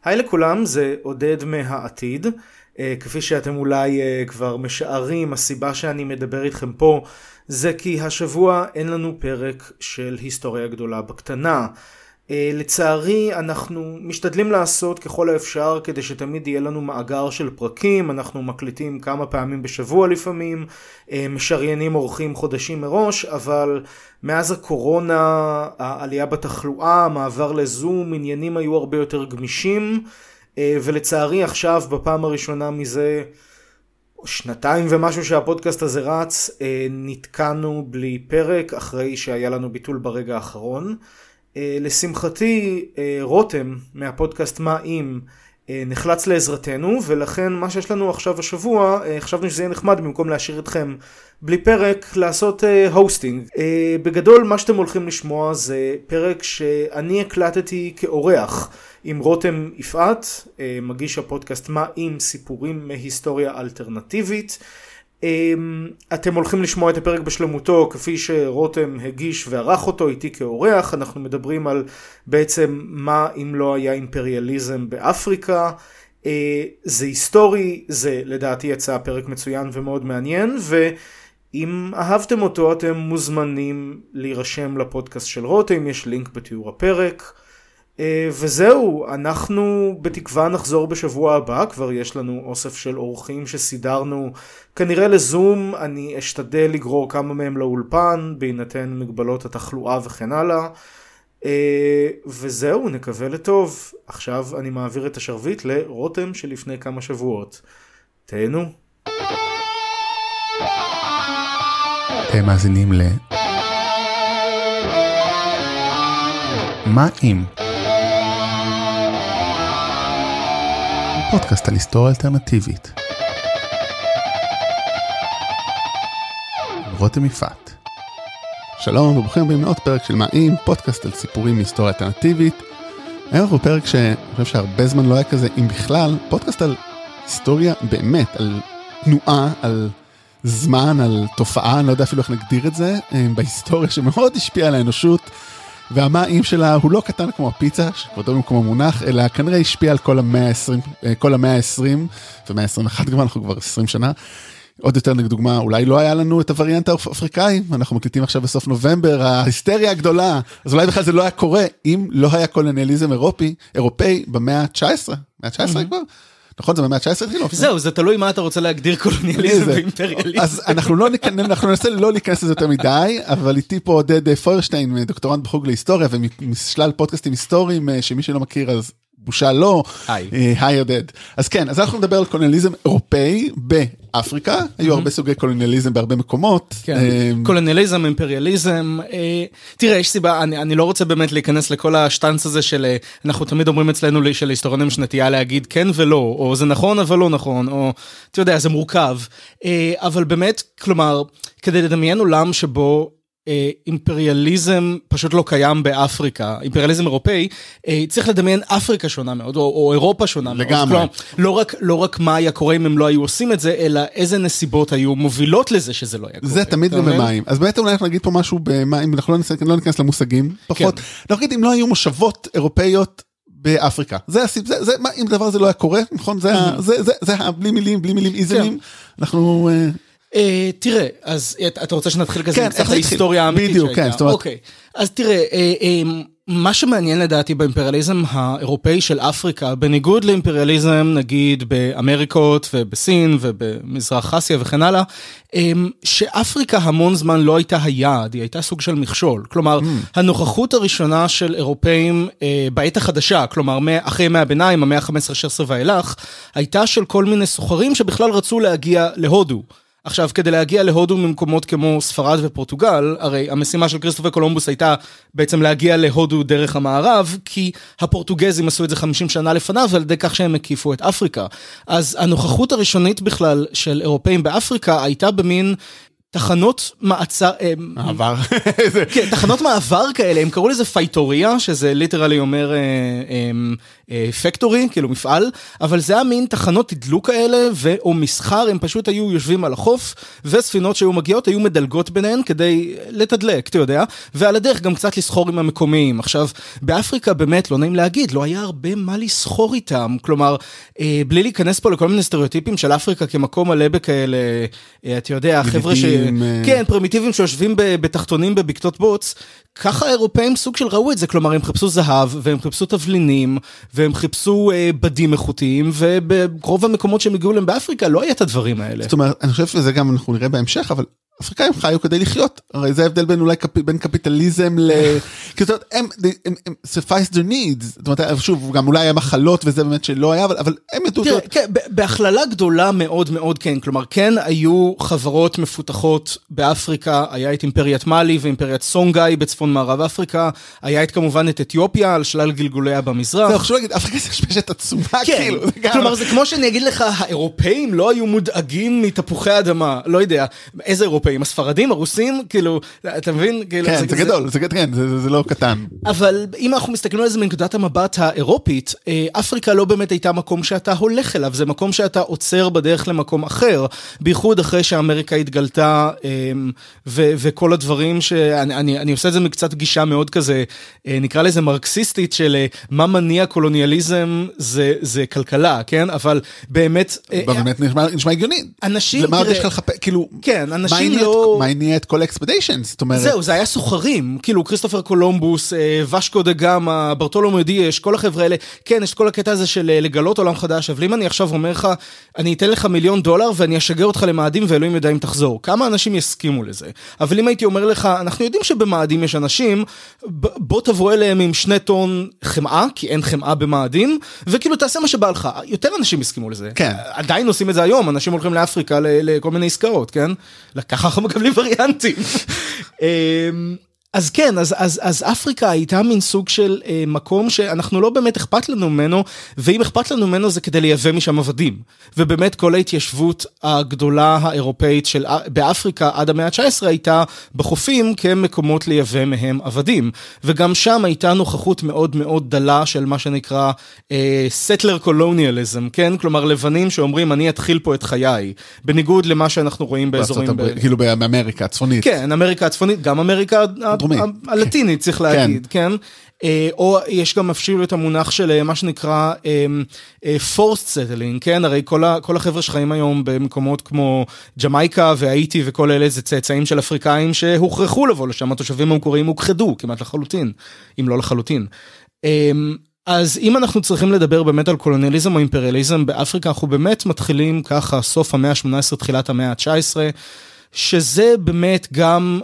היי לכולם, זה עודד מהעתיד. כפי שאתם אולי כבר משערים, הסיבה שאני מדבר איתכם פה זה כי השבוע אין לנו פרק של היסטוריה גדולה בקטנה. לצערי אנחנו משתדלים לעשות ככל האפשר כדי שתמיד יהיה לנו מאגר של פרקים. אנחנו מקליטים כמה פעמים בשבוע לפעמים, משריינים אורחים חודשים מראש, אבל מאז הקורונה, העלייה בתחלואה, המעבר לזום, עניינים היו הרבה יותר גמישים, ולצערי עכשיו בפעם הראשונה מזה שנתיים ומשהו שהפודקאסט הזה רץ, נתקענו בלי פרק אחרי שהיה לנו ביטול ברגע האחרון. לשמחתי רותם מהפודקאסט מה אם נחלץ לעזרתנו, ולכן מה שיש לנו עכשיו השבוע, חשבנו שזה יהיה נחמד במקום להשאיר אתכם בלי פרק, לעשות הוסטינג. בגדול מה שאתם הולכים לשמוע זה פרק שאני הקלטתי כאורח עם רותם יפעת, מגיש הפודקאסט מה אם סיפורים מהיסטוריה אלטרנטיבית. אתם הולכים לשמוע את הפרק בשלמותו כפי שרותם הגיש וערך אותו איתי כאורח. אנחנו מדברים על בעצם מה אם לא היה אימפריאליזם באפריקה. זה היסטורי, זה לדעתי יצא פרק מצוין ומאוד מעניין, ואם אהבתם אותו אתם מוזמנים להירשם לפודקאסט של רותם, יש לינק בתיאור הפרק. וזהו, אנחנו בתקווה נחזור בשבוע הבא, כבר יש לנו אוסף של אורחים שסידרנו כנראה לזום, אני אשתדל לגרור כמה מהם לאולפן בהינתן מגבלות התחלואה וכן הלאה. וזהו, נקווה לטוב. עכשיו אני מעביר את השרביט לרותם שלפני כמה שבועות. תהנו. אתם מאזינים ל... מה אם? פודקאסט על היסטוריה אלטרנטיבית. רותם יפעת. שלום וברוכים הבאים לעוד פרק של מה אם, פודקאסט על סיפורים מהיסטוריה אלטרנטיבית. היום אנחנו פרק שאני חושב שהרבה זמן לא היה כזה, אם בכלל, פודקאסט על היסטוריה באמת, על תנועה, על זמן, על תופעה, אני לא יודע אפילו איך נגדיר את זה, בהיסטוריה שמאוד השפיעה על האנושות, והמה אם שלה הוא לא קטן כמו הפיצה, שכבודו במקום המונח, אלא כנראה השפיע על כל המאה ה-20, ו-121 כבר, אנחנו כבר 20 שנה. עוד יותר לדוגמה, אולי לא היה לנו את הווריאנט האפריקאי, אנחנו מקליטים עכשיו בסוף נובמבר, ההיסטריה הגדולה, אז אולי בכלל זה לא היה קורה, אם לא היה קולוניאליזם אירופאי במאה ה-19, מאה ה-19 כבר? נכון, זה במאה ה-19 התחיל? זהו, זה תלוי מה אתה רוצה להגדיר קולוניאליזם ואימפריאליזם. אז אנחנו ננסה לא להיכנס לזה יותר מדי, אבל איתי פה עודד פוירשטיין, דוקטורנט בחוג להיסטוריה, ומשלל פודקאסטים היסטוריים, שמי שלא מכיר אז בושה לא. היי עודד. אז כן, אז אנחנו נדבר על קולוניאליזם אירופאי באפריקה, היו הרבה סוגי קולוניאליזם בהרבה מקומות. קולוניאליזם, אימפריאליזם, תראה, יש סיבה, אני לא רוצה באמת להיכנס לכל השטנץ הזה של, אנחנו תמיד אומרים אצלנו של היסטוריונים שנתייה להגיד כן ולא, או זה נכון אבל לא נכון, או אתה יודע, זה מורכב, אבל באמת, כלומר, כדי לדמיין עולם שבו אימפריאליזם פשוט לא קיים באפריקה, אימפריאליזם אירופאי, צריך לדמיין אפריקה שונה מאוד, או אירופה שונה מאוד. לגמרי. לא רק מה היה קורה אם הם לא היו עושים את זה, אלא איזה נסיבות היו מובילות לזה שזה לא היה קורה. זה תמיד גם במים. אז באמת אולי אנחנו נגיד פה משהו במים, אנחנו לא ניכנס למושגים, פחות. אנחנו נגיד אם לא היו מושבות אירופאיות באפריקה. אם דבר זה לא היה קורה, נכון? זה בלי מילים איזמים. אנחנו... תראה, אז אתה רוצה שנתחיל כזה קצת ההיסטוריה האמיתית שהייתה. אוקיי, אז תראה, מה שמעניין לדעתי באימפריאליזם האירופאי של אפריקה, בניגוד לאימפריאליזם נגיד באמריקות ובסין ובמזרח אסיה וכן הלאה, שאפריקה המון זמן לא הייתה היעד, היא הייתה סוג של מכשול. כלומר, הנוכחות הראשונה של אירופאים בעת החדשה, כלומר אחרי ימי הביניים, המאה ה-15-16 ואילך, הייתה של כל מיני סוחרים שבכלל רצו להגיע להודו. עכשיו, כדי להגיע להודו ממקומות כמו ספרד ופורטוגל, הרי המשימה של כריסטופר קולומבוס הייתה בעצם להגיע להודו דרך המערב, כי הפורטוגזים עשו את זה 50 שנה לפניו, ועל ידי כך שהם הקיפו את אפריקה. אז הנוכחות הראשונית בכלל של אירופאים באפריקה הייתה במין תחנות מעצר... מעבר. כן, תחנות מעבר כאלה, הם קראו לזה פייטוריה, שזה ליטרלי אומר פקטורי, כאילו מפעל, אבל זה היה מין תחנות תדלוק כאלה, או מסחר, הם פשוט היו יושבים על החוף, וספינות שהיו מגיעות היו מדלגות ביניהן כדי לתדלק, אתה יודע, ועל הדרך גם קצת לסחור עם המקומיים. עכשיו, באפריקה באמת, לא נעים להגיד, לא היה הרבה מה לסחור איתם, כלומר, בלי להיכנס פה לכל מיני סטריאוטיפים של אפריקה כמקום מלא בכאלה, אתה יודע, חבר'ה כן, פרימיטיביים שיושבים בתחתונים בבקתות בוץ, ככה האירופאים סוג של ראו את זה, כלומר, הם חיפשו זהב, והם חיפשו תבלינים, והם חיפשו בדים איכותיים, וברוב המקומות שהם הגיעו להם באפריקה, לא היה את הדברים האלה. זאת אומרת, אני חושב שזה גם אנחנו נראה בהמשך, אבל אפריקאים חיו כדי לחיות, הרי זה ההבדל בין אולי בין קפיטליזם כי זאת אומרת, הם suffice their needs, זאת אומרת, שוב, גם אולי היה מחלות וזה באמת שלא היה, אבל הם ידעו... תראה, כן, בהכללה גדולה מאוד מאוד כן, כלומר, כן היו חברות מפותחות באפריקה, היה את אימפריית מאלי ואימפריית סונגאי בצפון מערב אפריקה, היה את כמובן את אתיופיה על שלל גלגוליה במזרח. זה חשוב להגיד, אפריקה זה שמשת עצומה, כאילו. כלומר, זה כמו שאני אגיד לך, האירופאים לא היו מודאגים מתפוחי אדמה, לא יודע, איזה אירופאים, הספרדים, הרוסים, כאילו, אתה מבין? כן, זה גדול, זה לא קטן. אבל אם אנחנו מסתכלים על זה מנקודת המבט האירופית, אפריקה לא באמת הייתה מקום שאתה הולך אליו, זה מקום שאתה עוצר בדרך למקום אחר, בייחוד אחרי שאמריקה התגלתה, וכל הדברים שאני עושה את זה מקצת גישה מאוד כזה, נקרא לזה מרקסיסטית של מה מניע קולוניאליזם זה כלכלה, כן? אבל באמת... באמת נשמע הגיוני. אנשים... למה עוד יש לך לחפש, כאילו... כן, אנשים לא... מה הניע את כל האקספדישנס? זאת אומרת... זהו, זה היה סוחרים, כאילו כריסטופר קולומבוס, ושקו דה גאמה, ברטולומו דיאש, כל החבר'ה האלה, כן, יש כל הקטע הזה של לגלות עולם חדש, אבל אם אני עכשיו אומר לך, אני אתן לך $1,000,000 ואני אשגר אותך למאדים ואלוהים יודע אם תחזור. כמה אנשים יסכימו לזה? אבל אם הייתי אומר לך, אנחנו יודעים שבמאדים יש אנשים, בוא תבוא אליהם עם 2 טון חמאה, כי אין חמאה במאדים, וכאילו תעשה מה שבא לך. יותר אנשים יסכימו לזה. כן. עדיין עושים את זה היום, אנשים הולכים לאפריקה לכל מיני עסקאות, כן? ככה אנחנו מקבלים וריאנטים. אז כן, אז אפריקה הייתה מין סוג של מקום שאנחנו לא באמת אכפת לנו ממנו, ואם אכפת לנו ממנו זה כדי לייבא משם עבדים. ובאמת כל ההתיישבות הגדולה האירופאית באפריקה עד המאה ה-19 הייתה בחופים כמקומות לייבא מהם עבדים. וגם שם הייתה נוכחות מאוד מאוד דלה של מה שנקרא settler colonialism, כן? כלומר לבנים שאומרים אני אתחיל פה את חיי, בניגוד למה שאנחנו רואים באזורים... כאילו באמריקה הצפונית. כן, אמריקה הצפונית, גם אמריקה הלטינית צריך להגיד, כן? או יש גם אפילו את המונח של מה שנקרא forced settling, כן? הרי כל החבר'ה שחיים היום במקומות כמו ג'מייקה והאיטי וכל אלה זה צאצאים של אפריקאים שהוכרחו לבוא לשם, התושבים המקוריים הוכחדו כמעט לחלוטין, אם לא לחלוטין. אז אם אנחנו צריכים לדבר באמת על קולוניאליזם או אימפריאליזם באפריקה, אנחנו באמת מתחילים ככה סוף המאה ה-18, תחילת המאה ה-19, שזה באמת גם...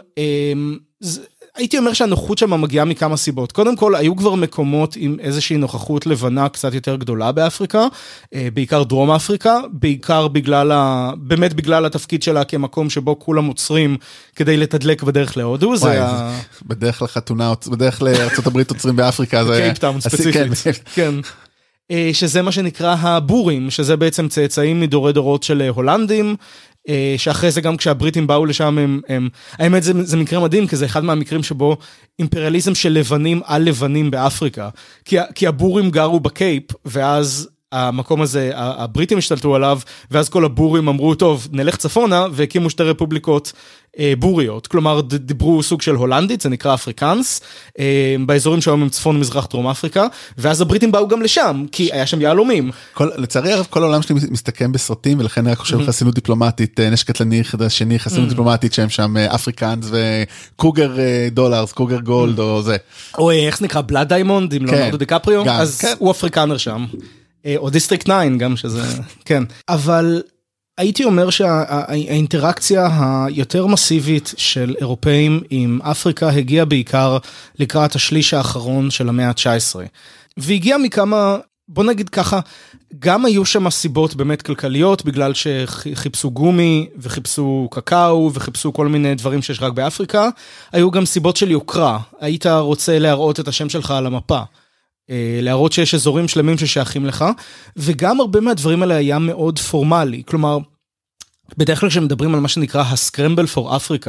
הייתי אומר שהנוחות שם מגיעה מכמה סיבות. קודם כל, היו כבר מקומות עם איזושהי נוכחות לבנה קצת יותר גדולה באפריקה, בעיקר דרום אפריקה, בעיקר באמת בגלל התפקיד שלה כמקום שבו כולם עוצרים כדי לתדלק בדרך להודו. בדרך לחתונה, בדרך לארצות הברית עוצרים באפריקה. קייפטאון ספציפית. כן. שזה מה שנקרא הבורים, שזה בעצם צאצאים מדורי דורות של הולנדים, שאחרי זה גם כשהבריטים באו לשם, האמת זה מקרה מדהים, כי זה אחד מהמקרים שבו אימפריאליזם של לבנים על לבנים באפריקה, כי הבורים גרו בקייפ, ואז המקום הזה, הבריטים השתלטו עליו, ואז כל הבורים אמרו, טוב, נלך צפונה, והקימו 2 רפובליקות בוריות, כלומר, דיברו סוג של הולנדית, זה נקרא אפריקנס, באזורים שהיום הם צפון מזרח דרום אפריקה, ואז הבריטים באו גם לשם, כי היה שם יעלומים. לצערי הרב, כל העולם שלי מסתכם בסרטים, ולכן אני חושב חסינות דיפלומטית, נשק קטלני השני, חסינות דיפלומטית, שהם שם אפריקנס וקוגר דולרס, קוגר גולד, או זה. או איך זה נקרא, בלאד דיימונד, עם ליאונרדו דיקפריו, אז הוא אפריקנר שם. או דיסטריקט 9 גם שזה, כן. אבל הייתי אומר שהאינטראקציה היותר מסיבית של אירופאים עם אפריקה הגיעה בעיקר לקראת השליש האחרון של המאה ה-19. והגיעה מכמה, בוא נגיד ככה, גם היו שם סיבות באמת כלכליות, בגלל שחיפשו גומי וחיפשו קקאו וחיפשו כל מיני דברים שיש רק באפריקה. היו גם סיבות של יוקרה. היית רוצה להראות את השם שלך על המפה. להראות שיש אזורים שלמים ששייכים לך, וגם הרבה מהדברים האלה היה מאוד פורמלי, כלומר, בדרך כלל כשמדברים על מה שנקרא הסקרמבל פור אפריקה,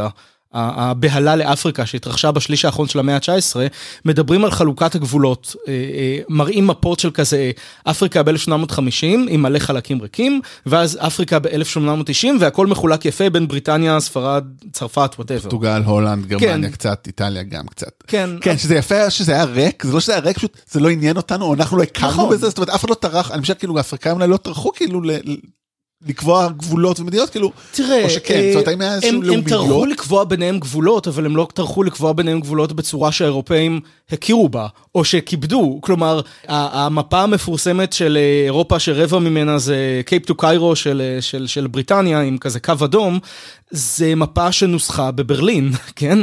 הבהלה לאפריקה שהתרחשה בשליש האחרון של המאה ה-19, מדברים על חלוקת הגבולות, מראים מפות של כזה אפריקה ב-1850 עם מלא חלקים ריקים, ואז אפריקה ב-1890, והכל מחולק יפה בין בריטניה, ספרד, צרפת, whatever. פורטוגל, הולנד, גרמניה קצת, איטליה גם קצת. כן, שזה יפה שזה היה ריק, זה לא שזה היה ריק, פשוט זה לא עניין אותנו, אנחנו לא הכרנו בזה, זאת אומרת, אף אחד לא טרח, אני חושב כאילו האפריקאים לא טרחו כאילו לקבוע גבולות ומדינות, כאילו, תראה, או שכן, זאת אומרת, האם היה איזשהו לאומיות? הם טרחו לקבוע ביניהם גבולות, אבל הם לא טרחו לקבוע ביניהם גבולות בצורה שהאירופאים הכירו בה, או שכיבדו, כלומר, המפה המפורסמת של אירופה, שרבע ממנה זה קייפ טו קיירו של בריטניה, עם כזה קו אדום, זה מפה שנוסחה בברלין, כן?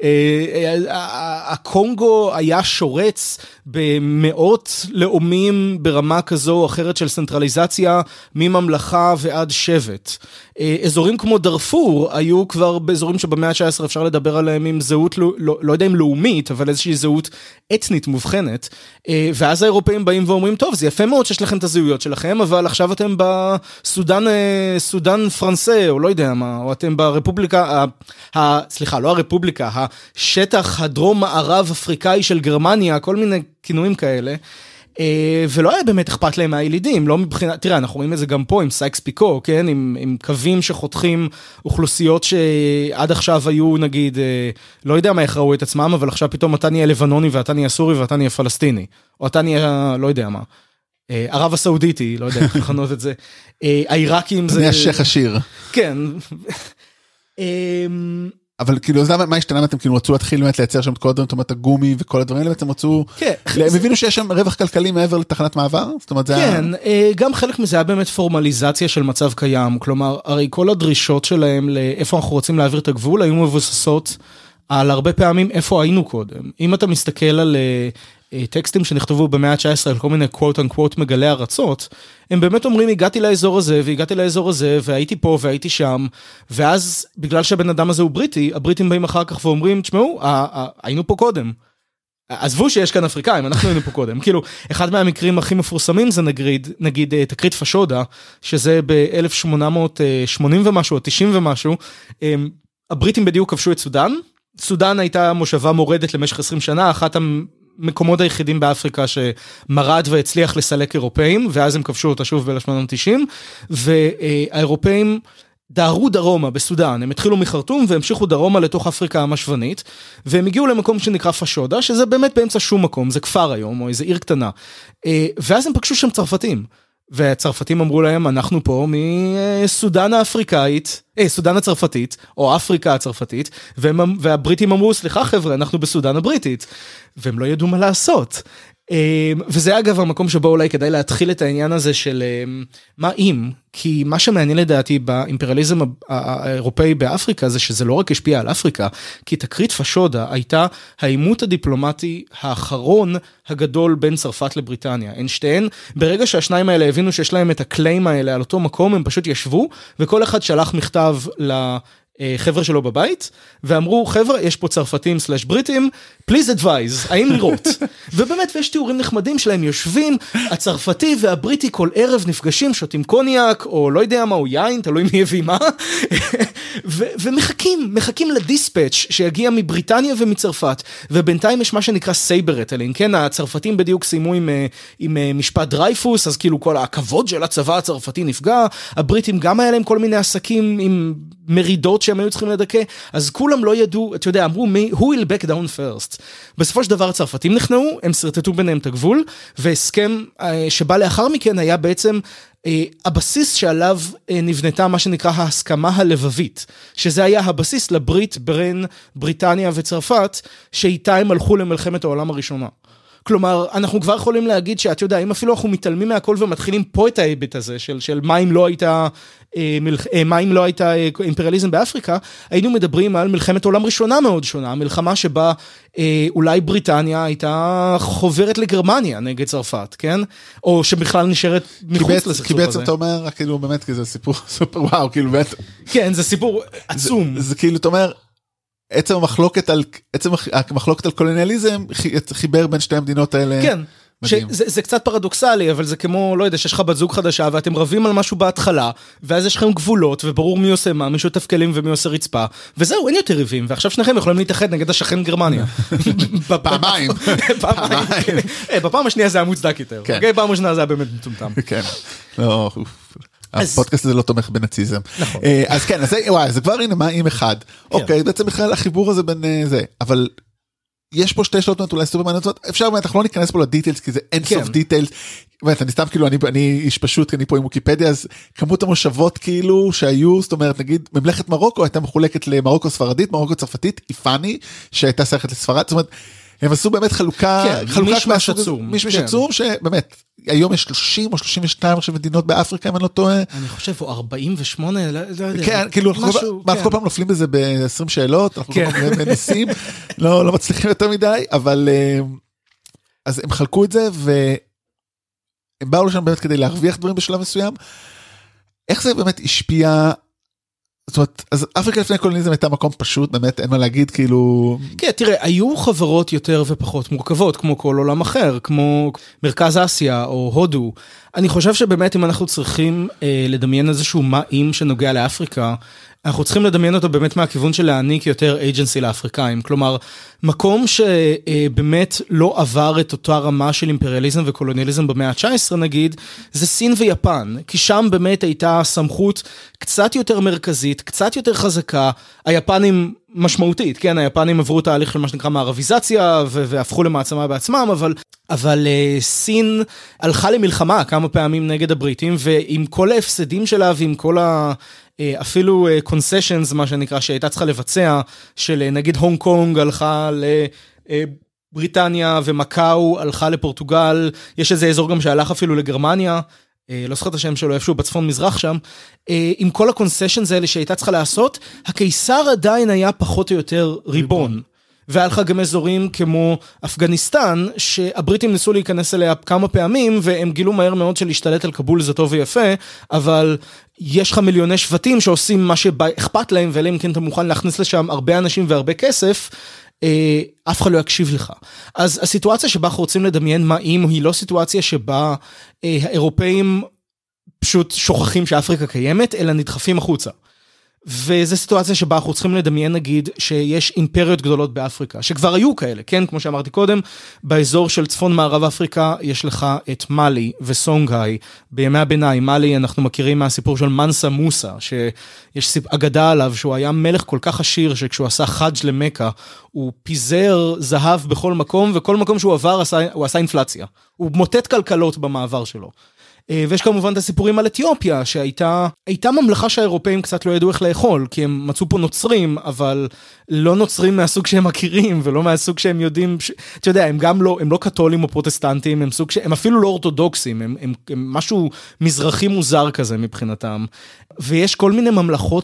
הקונגו היה שורץ במאות לאומים ברמה כזו או אחרת של סנטרליזציה מממלכה ועד שבט. אזורים כמו דרפור היו כבר באזורים שבמאה ה-19 אפשר לדבר עליהם עם זהות, לא יודע אם לאומית, אבל איזושהי זהות אתנית מובחנת, ואז האירופאים באים ואומרים, טוב, זה יפה מאוד שיש לכם את הזהויות שלכם, אבל עכשיו אתם בסודן פרנסה, או לא יודע מה, או אתם ברפובליקה, סליחה, לא הרפובליקה, השטח הדרום-מערב אפריקאי של גרמניה, כל מיני כינויים כאלה, ולא היה באמת אכפת להם מהילידים, לא מבחינת, תראה, אנחנו רואים את זה גם פה עם סייקס פיקו, כן, עם קווים שחותכים אוכלוסיות שעד עכשיו היו, נגיד, לא יודע מה יחראו את עצמם, אבל עכשיו פתאום אתה נהיה לבנוני, ואתה נהיה סורי, ואתה נהיה פלסטיני, או אתה נהיה, לא יודע מה, ערב הסעודיטי, לא יודע איך לכנות את זה, העיראקים זה... זה השייך עשיר. כן. אבל כאילו, אז מה השתנה? אתם כאילו רצו להתחיל באמת לייצר שם כל הדברים, הגומי וכל הדברים האלה, ואתם רצו... הם הבינו שיש שם רווח כלכלי מעבר לתחנת מעבר? זאת אומרת, זה... כן, גם חלק מזה היה באמת פורמליזציה של מצב קיים, כלומר, הרי כל הדרישות שלהם לאיפה אנחנו רוצים להעביר את הגבול, היו מבוססות על הרבה פעמים איפה היינו קודם. אם אתה מסתכל על טקסטים שנכתבו במאה ה-19 על כל מיני קוואט אנקוואט מגלי ארצות, הם באמת אומרים, הגעתי לאזור הזה, והגעתי לאזור הזה, והייתי פה, והייתי שם, ואז, בגלל שהבן אדם הזה הוא בריטי, הבריטים באים אחר כך ואומרים, תשמעו, היינו פה קודם. עזבו שיש כאן אפריקאים, אנחנו היינו פה קודם. כאילו, אחד מהמקרים הכי מפורסמים זה נגיד תקרית פשודה, שזה ב-1880 ומשהו, או 90 ומשהו, הבריטים בדיוק כבשו את סודן, סודן הייתה מושבה מורדת למשך 20 שנה, אחת המקומות היחידים באפריקה שמרד והצליח לסלק אירופאים, ואז הם כבשו אותה שוב ב-1890, והאירופאים דהרו דרומה בסודן, הם התחילו מחרטום והמשיכו דרומה לתוך אפריקה המשוונית, והם הגיעו למקום שנקרא פשודה, שזה באמת באמצע שום מקום, זה כפר היום, או איזה עיר קטנה, ואז הם פגשו שם צרפתים, והצרפתים אמרו להם, אנחנו פה מסודן האפריקאית, סודן הצרפתית, או אפריקה הצרפתית, והבריטים אמרו, סליחה חבר'ה, אנחנו בסודן הבריטית, והם לא ידעו מה לעשות. וזה אגב המקום שבו אולי כדאי להתחיל את העניין הזה של מה אם, כי מה שמעניין לדעתי באימפריאליזם האירופאי באפריקה זה שזה לא רק השפיע על אפריקה, כי תקרית פשודה הייתה העימות הדיפלומטי האחרון הגדול בין צרפת לבריטניה. הן שתיהן, ברגע שהשניים האלה הבינו שיש להם את הקליים האלה על אותו מקום, הם פשוט ישבו, וכל אחד שלח מכתב חבר'ה שלו בבית, ואמרו, חבר'ה, יש פה צרפתים סלש בריטים, please advise, האם לראות? ובאמת, ויש תיאורים נחמדים שלהם, יושבים, הצרפתי והבריטי כל ערב נפגשים, שותים קוניאק, או לא יודע מה, או יין, תלוי מי הביא מה, ומחכים לדיספאץ' שיגיע מבריטניה ומצרפת, ובינתיים יש מה שנקרא סייברטלינג, כן, הצרפתים בדיוק סיימו עם משפט דרייפוס, אז כאילו כל הכבוד של הצבא הצרפתי נפגע, הבריטים גם היה להם כל מיני עסקים עם מרידות שהם היו צריכים לדכא, אז כולם לא ידעו, אתה יודע, אמרו, who will back down first? בסופו של דבר הצרפתים נכנעו, הם סרטטו ביניהם את הגבול, והסכם שבא לאחר מכן היה בעצם הבסיס שעליו נבנתה מה שנקרא ההסכמה הלבבית, שזה היה הבסיס לברית בין בריטניה וצרפת, שאיתה הם הלכו למלחמת העולם הראשונה. כלומר, אנחנו כבר יכולים להגיד שאת יודע, אם אפילו אנחנו מתעלמים מהכל ומתחילים פה את ההיבט הזה של מה אם לא הייתה אימפריאליזם באפריקה, היינו מדברים על מלחמת עולם ראשונה מאוד שונה, מלחמה שבה אולי בריטניה הייתה חוברת לגרמניה נגד צרפת, כן? או שבכלל נשארת מחוץ לסכסוך הזה. כי בעצם אתה אומר, כאילו באמת, כי זה סיפור סופר וואו, כאילו באמת. כן, זה סיפור עצום. זה כאילו, אתה אומר, עצם המחלוקת על קולוניאליזם חיבר בין שתי המדינות האלה. כן. זה קצת פרדוקסלי, אבל זה כמו, לא יודע, שיש לך בת זוג חדשה, ואתם רבים על משהו בהתחלה, ואז יש לכם גבולות, וברור מי עושה מה, מי שוטף כלים ומי עושה רצפה, וזהו, אין יותר ריבים, ועכשיו שניכם יכולים להתאחד נגד השכן גרמניה. פעמיים. בפעם השנייה זה היה מוצדק יותר. בפעם השנייה זה היה באמת מטומטם. כן. לא, הפודקאסט הזה לא תומך בנאציזם. אז כן, זה כבר הנה מה עם אחד. אוקיי, בעצם בכלל החיבור הזה בין זה, אבל יש פה שתי שאלות אולי סופר מעניינות, אפשר באמת, אנחנו לא ניכנס פה לדיטיילס, כי זה אין סוף דיטיילס, באמת, אני סתם כאילו, אני איש פשוט, אני פה עם ויקיפדיה, אז כמות המושבות כאילו שהיו, זאת אומרת, נגיד, ממלכת מרוקו הייתה מחולקת למרוקו ספרדית, מרוקו צרפתית, איפני, שהייתה שייכת לספרד, זאת אומרת, הם עשו באמת חלוקה, מישמש עצום. מישמש עצום, שבאמת, היום יש 30 או 32 עכשיו מדינות באפריקה, אם אני לא טועה. אני חושב, או 48, לא יודע. כן, כאילו, אנחנו כל פעם נופלים בזה ב-20 שאלות, אנחנו כל פעם מנסים, לא מצליחים יותר מדי, אבל, אז הם חלקו את זה, והם באו לשם באמת כדי להרוויח דברים בשלב מסוים. איך זה באמת השפיע, זאת אומרת, אז אפריקה לפני קולוניזם הייתה מקום פשוט, באמת אין מה להגיד, כאילו... כן, תראה, היו חברות יותר ופחות מורכבות, כמו כל עולם אחר, כמו מרכז אסיה או הודו. אני חושב שבאמת אם אנחנו צריכים לדמיין איזשהו מים שנוגע לאפריקה, אנחנו צריכים לדמיין אותו באמת מהכיוון של להעניק יותר אייג'נסי לאפריקאים. כלומר, מקום שבאמת לא עבר את אותה רמה של אימפריאליזם וקולוניאליזם במאה ה-19 נגיד, זה סין ויפן. כי שם באמת הייתה סמכות קצת יותר מרכזית, קצת יותר חזקה. היפנים משמעותית, כן? היפנים עברו תהליך של מה שנקרא מערביזציה, והפכו למעצמה בעצמם, אבל סין הלכה למלחמה כמה פעמים נגד הבריטים, ועם כל ההפסדים שלה ועם כל אפילו concessions, מה שנקרא, שהייתה צריכה לבצע, של נגיד הונג קונג הלכה לבריטניה, ומקאו הלכה לפורטוגל, יש איזה אזור גם שהלך אפילו לגרמניה, לא זוכר את השם שלו, איפשהו בצפון מזרח שם, עם כל ה-concessions האלה שהייתה צריכה לעשות, הקיסר עדיין היה פחות או יותר ריבון. והיה לך גם אזורים כמו אפגניסטן, שהבריטים ניסו להיכנס אליה כמה פעמים, והם גילו מהר מאוד שלהשתלט על קבול זה טוב ויפה, אבל יש לך מיליוני שבטים שעושים מה שאכפת להם, ואלה אם כן אתה מוכן להכניס לשם הרבה אנשים והרבה כסף, אף אחד לא יקשיב לך. אז הסיטואציה שבה אנחנו רוצים לדמיין מה אם, היא לא סיטואציה שבה האירופאים פשוט שוכחים שאפריקה קיימת, אלא נדחפים החוצה. וזו סיטואציה שבה אנחנו צריכים לדמיין נגיד שיש אימפריות גדולות באפריקה, שכבר היו כאלה, כן? כמו שאמרתי קודם, באזור של צפון מערב אפריקה יש לך את מאלי וסונגהי, בימי הביניים, מאלי אנחנו מכירים מהסיפור של מנסה מוסה, שיש אגדה עליו שהוא היה מלך כל כך עשיר, שכשהוא עשה חאג' למקה, הוא פיזר זהב בכל מקום, וכל מקום שהוא עבר הוא עשה אינפלציה, הוא מוטט כלכלות במעבר שלו. ויש כמובן את הסיפורים על אתיופיה, שהייתה ממלכה שהאירופאים קצת לא ידעו איך לאכול, כי הם מצאו פה נוצרים, אבל לא נוצרים מהסוג שהם מכירים, ולא מהסוג שהם יודעים, אתה יודע, הם גם לא, הם לא קתולים או פרוטסטנטים, הם אפילו לא אורתודוקסים, הם משהו מזרחי מוזר כזה מבחינתם. ויש כל מיני ממלכות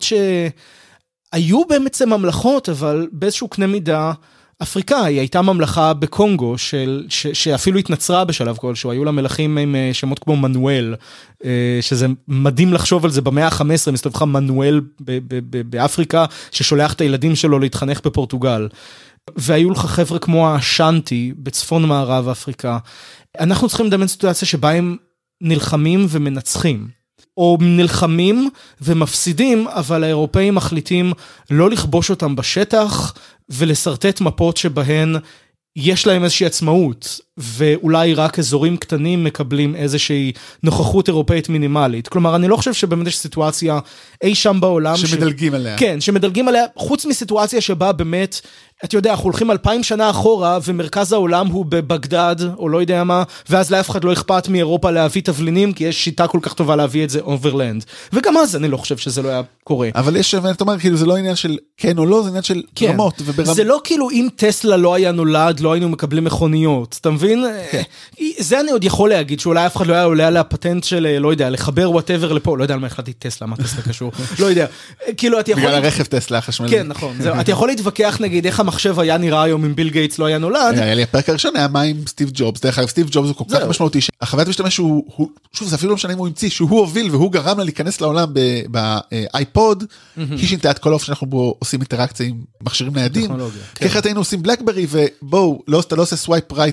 שהיו בעצם ממלכות, אבל באיזשהו קנה מידה, אפריקאי, הייתה ממלכה בקונגו, שאפילו התנצרה בשלב כלשהו, היו לה מלכים עם שמות כמו מנואל, שזה מדהים לחשוב על זה במאה ה-15, מסתובך מנואל באפריקה, ששולח את הילדים שלו להתחנך בפורטוגל, והיו לך חבר'ה כמו השנטי, בצפון מערב אפריקה, אנחנו צריכים לדמיין סיטואציה שבה הם נלחמים ומנצחים, או נלחמים ומפסידים, אבל האירופאים מחליטים לא לכבוש אותם בשטח, ולסרטט מפות שבהן יש להם איזושהי עצמאות, ואולי רק אזורים קטנים מקבלים איזושהי נוכחות אירופאית מינימלית. כלומר, אני לא חושב שבאמת יש סיטואציה אי שם בעולם שמדלגים עליה. כן, שמדלגים עליה, חוץ מסיטואציה שבה באמת, אתה יודע, אנחנו הולכים 2000 שנה אחורה, ומרכז העולם הוא בבגדד, או לא יודע מה, ואז לאף אחד לא אכפת מאירופה להביא תבלינים, כי יש שיטה כל כך טובה להביא את זה אוברלנד. וגם אז אני לא חושב שזה לא היה קורה. אבל יש, אתה אומר, כאילו, זה לא עניין של כן או לא, זה עניין של רמות. זה לא כאילו, אם טסלה לא היה נולד, לא היינו מקבלים מכוניות. אתה מבין? זה אני עוד יכול להגיד, שאולי אף אחד לא היה עולה על הפטנט של, לא יודע, לחבר whatever לפה, לא יודע על מה החלטתי טסלה, מה טסלה קשור, לא יודע. כאילו, אתה יכול... בגלל הרכב טסלה החשמלי. כן, נכון. אתה יכול להתווכח, נגיד, איך המחשב היה נראה היום אם ביל גייטס לא היה נולד. היה לי הפרק הראשון, היה מה עם סטיב ג'ובס. דרך אגב, סטיב ג'ובס הוא כל כך משמעותי. החוויית משתמש הוא, שוב, זה אפילו לא משנה אם הוא המציא, שהוא הוביל והוא גרם לה להיכנס לעולם באייפוד, היא שינתה את כל האופן שאנחנו בו עושים אינטראקציה עם מכשירים ניידים. כי אחרת היינו עושים בלקברי, ובואו, אתה לא עושה סווייפ רייט, סווייפ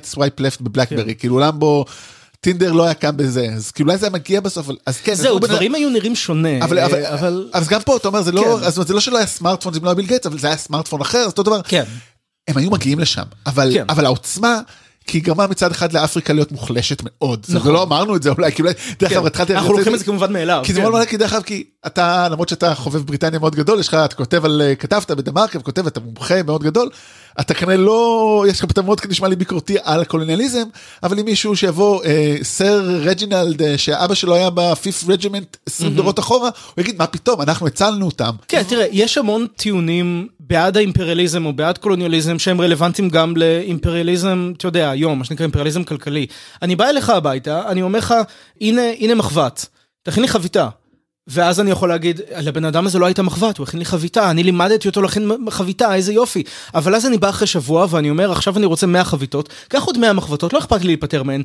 לפט בבלקברי, כאילו עולם בו טינדר לא היה קם בזה, אז כאילו אולי זה מגיע בסוף, אז כן. זהו, דברים היו נראים שונה. אז גם פה, אתה אומר, זה לא שלא היה סמארטפון, זה לא היה ביל גייטס, אבל זה היה סמארטפון אחר, אז אותו דבר. כן. הם היו מגיעים לשם, אבל העוצמה, כי היא גרמה מצד אחד לאפריקה להיות מוחלשת מאוד. ולא אמרנו את זה, אולי, כי אולי, דרך אגב, התחלתי... אנחנו לוקחים את זה כמובן מאליו. כי זה מאוד מלא, דרך אגב, כי אתה, למרות שאתה חובב בריטניה מאוד גדול, יש לך, אתה כתבת בדמרקר, וכותב, אתה מומחה מאוד גדול, אתה כנראה לא, יש לך פתאום מאוד נשמע לי ביקורתי על הקולוניאליזם, אבל אם מישהו שיבוא, סר רג'ינלד, שהאבא שלו היה ב-5th Regiment 20 דורות אחורה, הוא יגיד, מה פתאום, אנחנו הצלנו אותם. כן, תראה, יש המון טיעונים בעד האימפריאליזם או בעד קולוניאליזם, שהם רלוונטיים גם לאימפריאליזם, אתה יודע, היום, מה שנקרא אימפריאליזם כלכלי. אני בא אליך הביתה, אני אומר לך, הנה מחבת, תכין לי חביתה. ואז אני יכול להגיד, לבן אדם הזה לא הייתה מחבת, הוא הכין לי חביתה, אני לימדתי אותו להכין חביתה, איזה יופי. אבל אז אני בא אחרי שבוע, ואני אומר, עכשיו אני רוצה 100 חביתות, קח עוד 100 מחבטות, לא אכפת לי להיפטר מהן.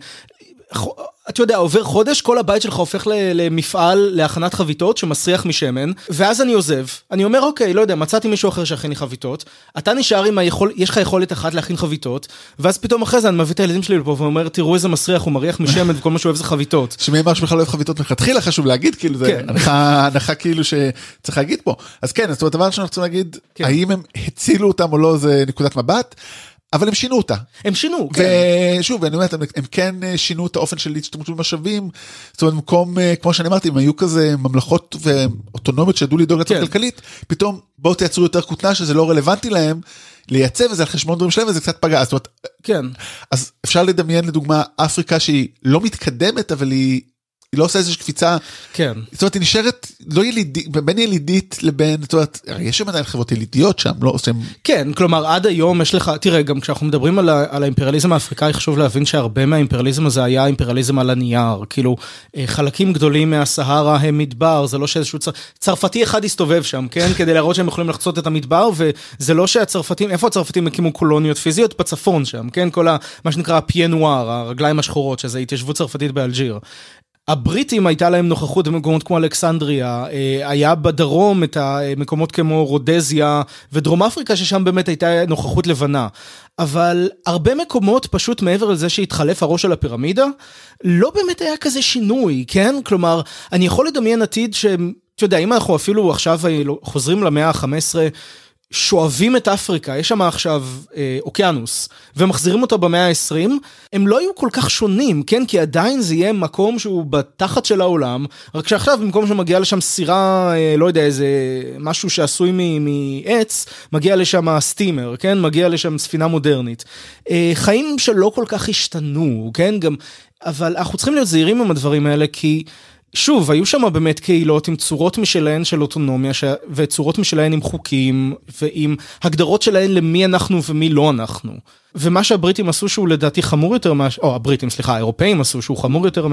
אתה יודע, עובר חודש, כל הבית שלך הופך למפעל להכנת חביתות שמסריח משמן, ואז אני עוזב. אני אומר, אוקיי, לא יודע, מצאתי מישהו אחר שהכין לי חביתות, אתה נשאר עם יש לך יכולת אחת להכין חביתות, ואז פתאום אחרי זה אני מביא את הילדים שלי לפה, ואומר, תראו איזה מסריח, הוא מריח משמן, וכל מה שהוא אוהב זה חביתות. שמי אמר שבכלל לא אוהב חביתות מלכתחילה, חשוב להגיד, כאילו, זה הנחה כאילו שצריך להגיד פה. אז כן, אז הדבר שאנחנו רוצים להגיד, האם הם הצילו אותם או לא, זה נקודת מבט. אבל הם שינו אותה. הם שינו, כן. ושוב, אני אומרת, הם כן שינו את האופן של להשתמש במשאבים, זאת אומרת, במקום, כמו שאני אמרתי, אם היו כזה ממלכות ואוטונומיות שידעו לדאוג לעצמם כלכלית, פתאום בואו תייצרו יותר כותנה שזה לא רלוונטי להם, לייצב וזה על חשבון דברים שלהם, וזה קצת פגע. זאת אומרת, כן. אז אפשר לדמיין לדוגמה אפריקה שהיא לא מתקדמת, אבל היא לא עושה איזושהי קפיצה, כן. זאת אומרת, היא נשארת לא ילידית, בין ילידית לבין, זאת אומרת, יש שם עדיין חברות ילידיות שם, לא עושים... כן, כלומר, עד היום יש לך, תראה, גם כשאנחנו מדברים על האימפריאליזם האפריקאי, חשוב להבין שהרבה מהאימפריאליזם הזה היה אימפריאליזם על הנייר, כאילו, חלקים גדולים מהסהרה הם מדבר, זה לא שאיזשהו צרפתי אחד הסתובב שם, כן, כדי להראות שהם יכולים לחצות את המדבר, וזה לא שהצרפתים, איפה הצרפתים הקימו קולוניות פיזיות? בצפון שם, כן, כל מה שנקרא פיינואר, הרגליים השחורות, שזה התיישבות צרפתית באלג'יר. הבריטים הייתה להם נוכחות במקומות כמו אלכסנדריה, היה בדרום את המקומות כמו רודזיה ודרום אפריקה ששם באמת הייתה נוכחות לבנה. אבל הרבה מקומות פשוט מעבר לזה שהתחלף הראש של הפירמידה, לא באמת היה כזה שינוי, כן? כלומר, אני יכול לדמיין עתיד אתה יודע, אם אנחנו אפילו עכשיו חוזרים למאה ה-15, שואבים את אפריקה, יש שם עכשיו אוקיינוס, ומחזירים אותו במאה ה-20, הם לא היו כל כך שונים, כן? כי עדיין זה יהיה מקום שהוא בתחת של העולם, רק שעכשיו במקום שמגיע לשם סירה, לא יודע, איזה משהו שעשוי מעץ, מגיע לשם סטימר, כן? מגיע לשם ספינה מודרנית. חיים שלא כל כך השתנו, כן? גם, אבל אנחנו צריכים להיות זהירים עם הדברים האלה, כי שוב, היו שם באמת קהילות עם צורות משלהן של אוטונומיה, וצורות משלהן עם חוקים, ועם הגדרות שלהן למי אנחנו ומי לא אנחנו. ומה שהבריטים עשו שהוא לדעתי חמור יותר, האירופאים עשו שהוא חמור יותר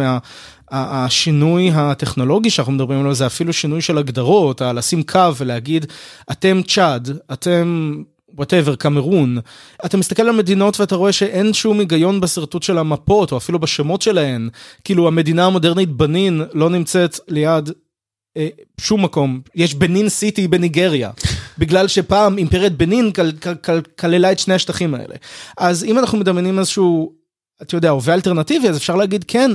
מהשינוי הטכנולוגי שאנחנו מדברים עליו, זה אפילו שינוי של הגדרות, לשים קו ולהגיד, אתם צ'אד, אתם... whatever, קמרון, אתה מסתכל על המדינות ואתה רואה שאין שום היגיון בסרטוט של המפות, או אפילו בשמות שלהן, כאילו המדינה המודרנית בנין לא נמצאת ליד שום מקום, יש בנין סיטי בניגריה, בגלל שפעם אימפריית בנין כללה את שני השטחים האלה. אז אם אנחנו מדמיינים איזשהו, אתה יודע, הווה אלטרנטיבי, אז אפשר להגיד, כן,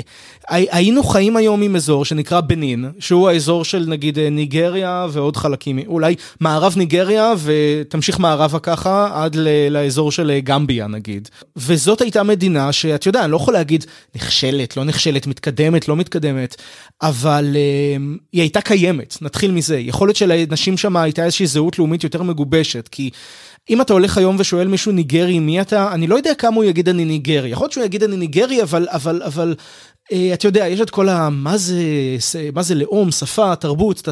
היינו חיים היום עם אזור שנקרא בנין, שהוא האזור של נגיד ניגריה ועוד חלקים, אולי מערב ניגריה ותמשיך מערבה ככה עד לאזור של גמביה נגיד. וזאת הייתה מדינה שאת יודע, אני לא יכול להגיד נכשלת, לא נכשלת, מתקדמת, לא מתקדמת, אבל היא הייתה קיימת, נתחיל מזה. יכול להיות שלאנשים שם הייתה איזושהי זהות לאומית יותר מגובשת, כי אם אתה הולך היום ושואל מישהו ניגרי, מי אתה? אני לא יודע כמה הוא יגיד אני ניגרי. יכול להיות שהוא יגיד אני ניגרי, אבל אתה יודע, יש את כל מה זה לאום, שפה, תרבות,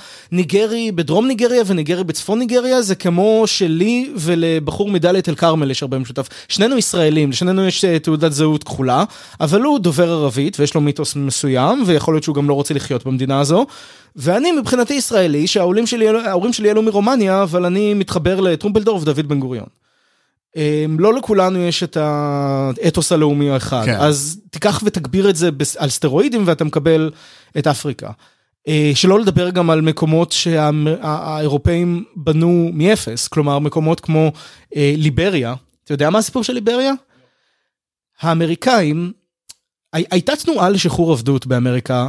ניגרי בדרום ניגריה וניגרי בצפון ניגריה, זה כמו שלי ולבחור מדלית אל כרמל יש הרבה משותף. שנינו ישראלים, לשנינו יש תעודת זהות כחולה, אבל הוא דובר ערבית ויש לו מיתוס מסוים, ויכול להיות שהוא גם לא רוצה לחיות במדינה הזו. ואני מבחינתי ישראלי, שההורים שלי עלו מרומניה, אבל אני מתחבר לטרומפלדור ודוד בן גוריון. לא לכולנו יש את האתוס הלאומי האחד, כן. אז תיקח ותגביר את זה על סטרואידים, ואתה מקבל את אפריקה. שלא לדבר גם על מקומות שהאירופאים בנו מאפס, כלומר מקומות כמו ליבריה. אתה יודע מה הסיפור של ליבריה? האמריקאים, הייתה תנועה לשחרור עבדות באמריקה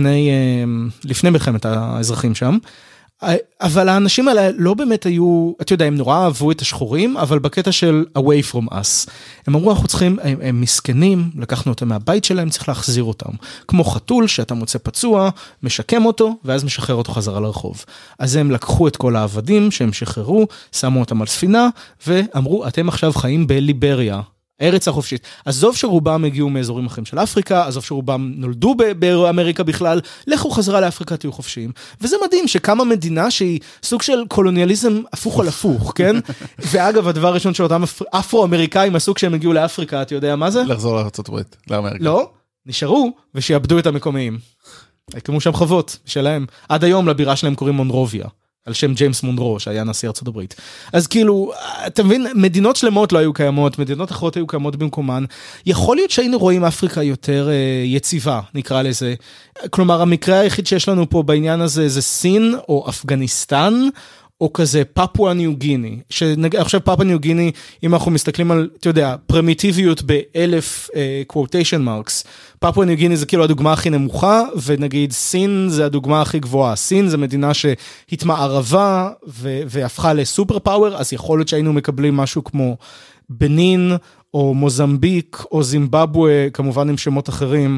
לפני מלחמת האזרחים שם, אבל האנשים האלה לא באמת היו, אתה יודע, הם נורא אהבו את השחורים, אבל בקטע של away from us. הם אמרו, אנחנו צריכים, הם מסכנים, לקחנו אותם מהבית שלהם, צריך להחזיר אותם. כמו חתול שאתה מוצא פצוע, משקם אותו, ואז משחרר אותו חזרה לרחוב. אז הם לקחו את כל העבדים שהם שחררו, שמו אותם על ספינה, ואמרו, אתם עכשיו חיים בליבריה. הארץ החופשית. עזוב שרובם הגיעו מאזורים אחרים של אפריקה, עזוב שרובם נולדו באמריקה בכלל, לכו חזרה לאפריקה, תהיו חופשיים. וזה מדהים שקמה מדינה שהיא סוג של קולוניאליזם הפוך על הפוך, כן? ואגב, הדבר הראשון שאותם אפרו-אמריקאים עשו כשהם הגיעו לאפריקה, אתה יודע מה זה? לחזור לארצות הברית, לאמריקה. לא, נשארו ושיעבדו את המקומיים. הקמו שם חוות שלהם. עד היום לבירה שלהם קוראים מונרוביה. על שם ג'יימס מונרו, שהיה נשיא ארצות הברית. אז כאילו, אתה מבין, מדינות שלמות לא היו קיימות, מדינות אחרות היו קיימות במקומן. יכול להיות שהיינו רואים אפריקה יותר יציבה, נקרא לזה. כלומר, המקרה היחיד שיש לנו פה בעניין הזה, זה סין או אפגניסטן, או כזה פפואה ניו גיני. עכשיו פפואה ניו גיני, אם אנחנו מסתכלים על, אתה יודע, פרימיטיביות ב1000 quotation marks, פפואה ניו גיני זה כאילו הדוגמה הכי נמוכה, ונגיד סין זה הדוגמה הכי גבוהה. סין זה מדינה שהתמערבה והפכה לסופר פאוור, אז יכול להיות שהיינו מקבלים משהו כמו בנין, או מוזמביק, או זימבבואה, כמובן עם שמות אחרים,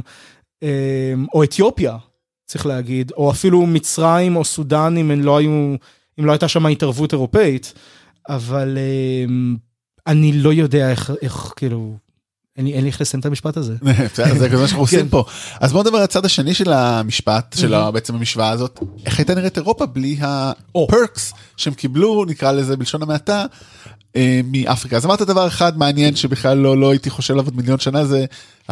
או אתיופיה, צריך להגיד, או אפילו מצרים או סודן, אם לא הייתה שם התערבות אירופאית, אבל אני לא יודע איך כאילו, אין לי איך לסיים את המשפט הזה. זה כזה שאנחנו עושים פה. אז בואו נדבר על הצד השני של המשפט, של בעצם המשוואה הזאת, איך הייתה נראית אירופה בלי הפרקס שהם קיבלו, נקרא לזה בלשון המעטה, מאפריקה. אז אמרת דבר אחד מעניין שבכלל לא הייתי חושב לעבוד מיליון שנה, זה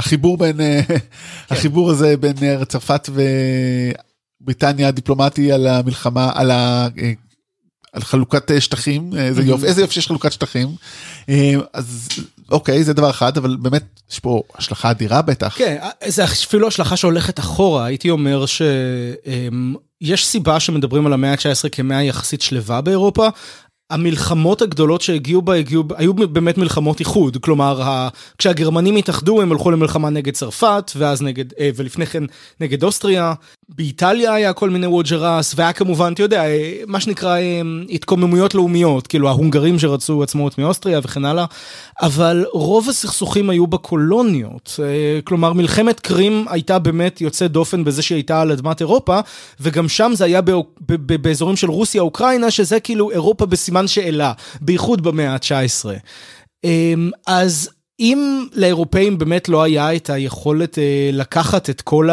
החיבור הזה בין צרפת ובריטניה הדיפלומטי על המלחמה, על חלוקת שטחים, איזה יופי שיש חלוקת שטחים, אז אוקיי, זה דבר אחד, אבל באמת יש פה השלכה אדירה בטח. כן, זה אפילו השלכה שהולכת אחורה, הייתי אומר שיש סיבה שמדברים על המאה ה-19 כמאה יחסית שלווה באירופה, המלחמות הגדולות שהגיעו בה, היו באמת מלחמות איחוד, כלומר, כשהגרמנים התאחדו, הם הלכו למלחמה נגד צרפת, ולפני כן נגד אוסטריה, באיטליה היה כל מיני ווג'רס, והיה כמובן, אתה יודע, מה שנקרא התקוממויות לאומיות, כאילו ההונגרים שרצו עצמאות מאוסטריה וכן הלאה, אבל רוב הסכסוכים היו בקולוניות, כלומר מלחמת קרים הייתה באמת יוצאת דופן בזה שהיא הייתה על אדמת אירופה, וגם שם זה היה באזורים של רוסיה, אוקראינה, שזה כאילו אירופה בסימן שאלה, בייחוד במאה ה-19. אז אם לאירופאים באמת לא היה את היכולת לקחת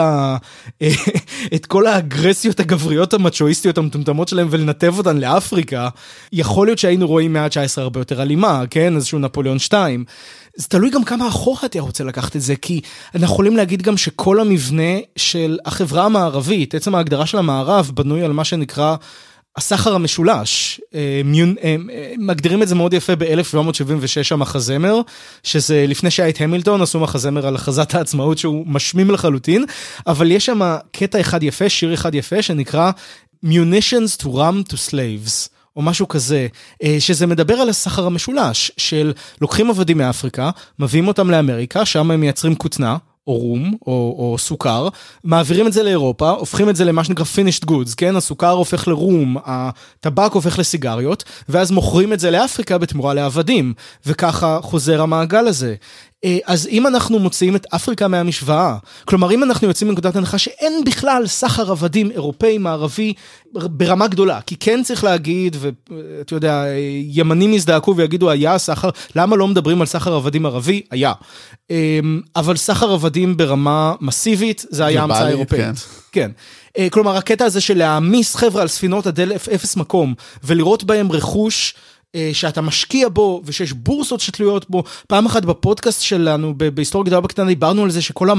את כל האגרסיות הגבריות המצ'ואיסטיות המטומטמות שלהם ולנתב אותן לאפריקה, יכול להיות שהיינו רואים מאה ה-19 הרבה יותר אלימה, כן? איזשהו נפוליאון 2. זה תלוי גם כמה אחורה אתה רוצה לקחת את זה, כי אנחנו יכולים להגיד גם שכל המבנה של החברה המערבית, עצם ההגדרה של המערב, בנוי על מה שנקרא הסחר המשולש, מגדירים את זה מאוד יפה ב-1776 המחזמר, שזה לפני שהיה את המילטון, עשו מחזמר על הכרזת העצמאות שהוא משמים לחלוטין, אבל יש שם קטע אחד יפה, שיר אחד יפה, שנקרא Munitions to Ram to Slaves, או משהו כזה, שזה מדבר על הסחר המשולש, של לוקחים עבדים מאפריקה, מביאים אותם לאמריקה, שם הם מייצרים כותנה, או רום, או סוכר, מעבירים את זה לאירופה, הופכים את זה למה שנקרא finished goods, כן? הסוכר הופך לרום, הטבק הופך לסיגריות, ואז מוכרים את זה לאפריקה בתמורה לעבדים, וככה חוזר המעגל הזה. אז אם אנחנו מוציאים את אפריקה מהמשוואה, כלומר אם אנחנו יוצאים מנקודת הנחה שאין בכלל סחר עבדים אירופאי מערבי ברמה גדולה, כי כן צריך להגיד, ואתה יודע, ימנים יזדעקו ויגידו היה סחר, למה לא מדברים על סחר עבדים ערבי? היה. אבל סחר עבדים ברמה מסיבית, זה היה המצאה אירופאית. כן. כלומר הקטע הזה של להעמיס חבר'ה על ספינות עד אפס מקום, ולראות בהם רכוש, שאתה משקיע בו, ושיש בורסות שתלויות בו. פעם אחת בפודקאסט שלנו, בהיסטוריה גדולה בקטנה, דיברנו על זה שכל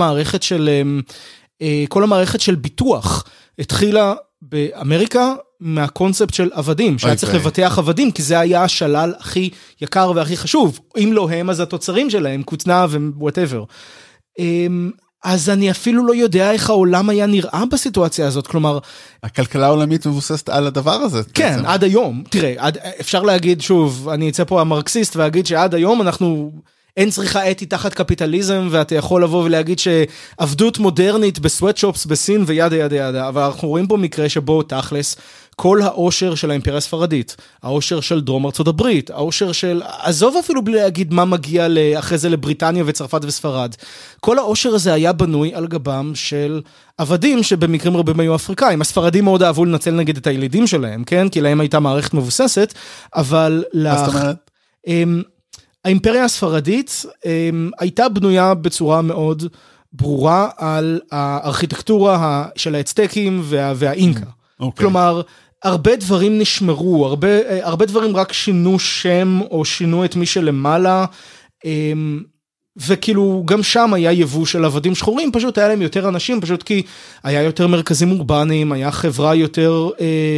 המערכת של ביטוח התחילה באמריקה מהקונספט של עבדים, שהיה צריך לבטח עבדים, כי זה היה השלל הכי יקר והכי חשוב. אם לא הם, אז התוצרים שלהם, כותנה ווואטאבר. אז אני אפילו לא יודע איך העולם היה נראה בסיטואציה הזאת, כלומר... הכלכלה העולמית מבוססת על הדבר הזה. כן, בעצם. עד היום. תראה, אפשר להגיד שוב, אני אצא פה המרקסיסט ואגיד שעד היום אנחנו... אין צריכה אתית תחת קפיטליזם, ואתה יכול לבוא ולהגיד שעבדות מודרנית בסוואטשופס בסין וידה ידה ידה, אבל אנחנו רואים פה מקרה שבו תכלס, כל העושר של האימפריה הספרדית, העושר של דרום ארצות הברית, העושר של, עזוב אפילו בלי להגיד מה מגיע אחרי זה לבריטניה וצרפת וספרד, כל העושר הזה היה בנוי על גבם של עבדים שבמקרים רבים היו אפריקאים. הספרדים מאוד אהבו לנצל נגד את הילידים שלהם, כן? כי להם הייתה מערכת מבוססת, אבל מה זאת אומרת? האימפריה הספרדית הייתה בנויה בצורה מאוד ברורה על הארכיטקטורה של האצטקים והאינקה. כלומר, הרבה דברים נשמרו, הרבה דברים רק שינו שם או שינו את מי שלמעלה, וכאילו גם שם היה יבוא של עבדים שחורים, פשוט היה להם יותר אנשים, פשוט כי היה יותר מרכזים אורבניים, היה חברה יותר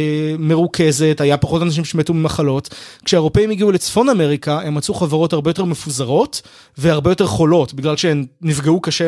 מרוכזת, היה פחות אנשים שמתו ממחלות. כשהאירופאים הגיעו לצפון אמריקה, הם מצאו חברות הרבה יותר מפוזרות, והרבה יותר חולות, בגלל שהן נפגעו קשה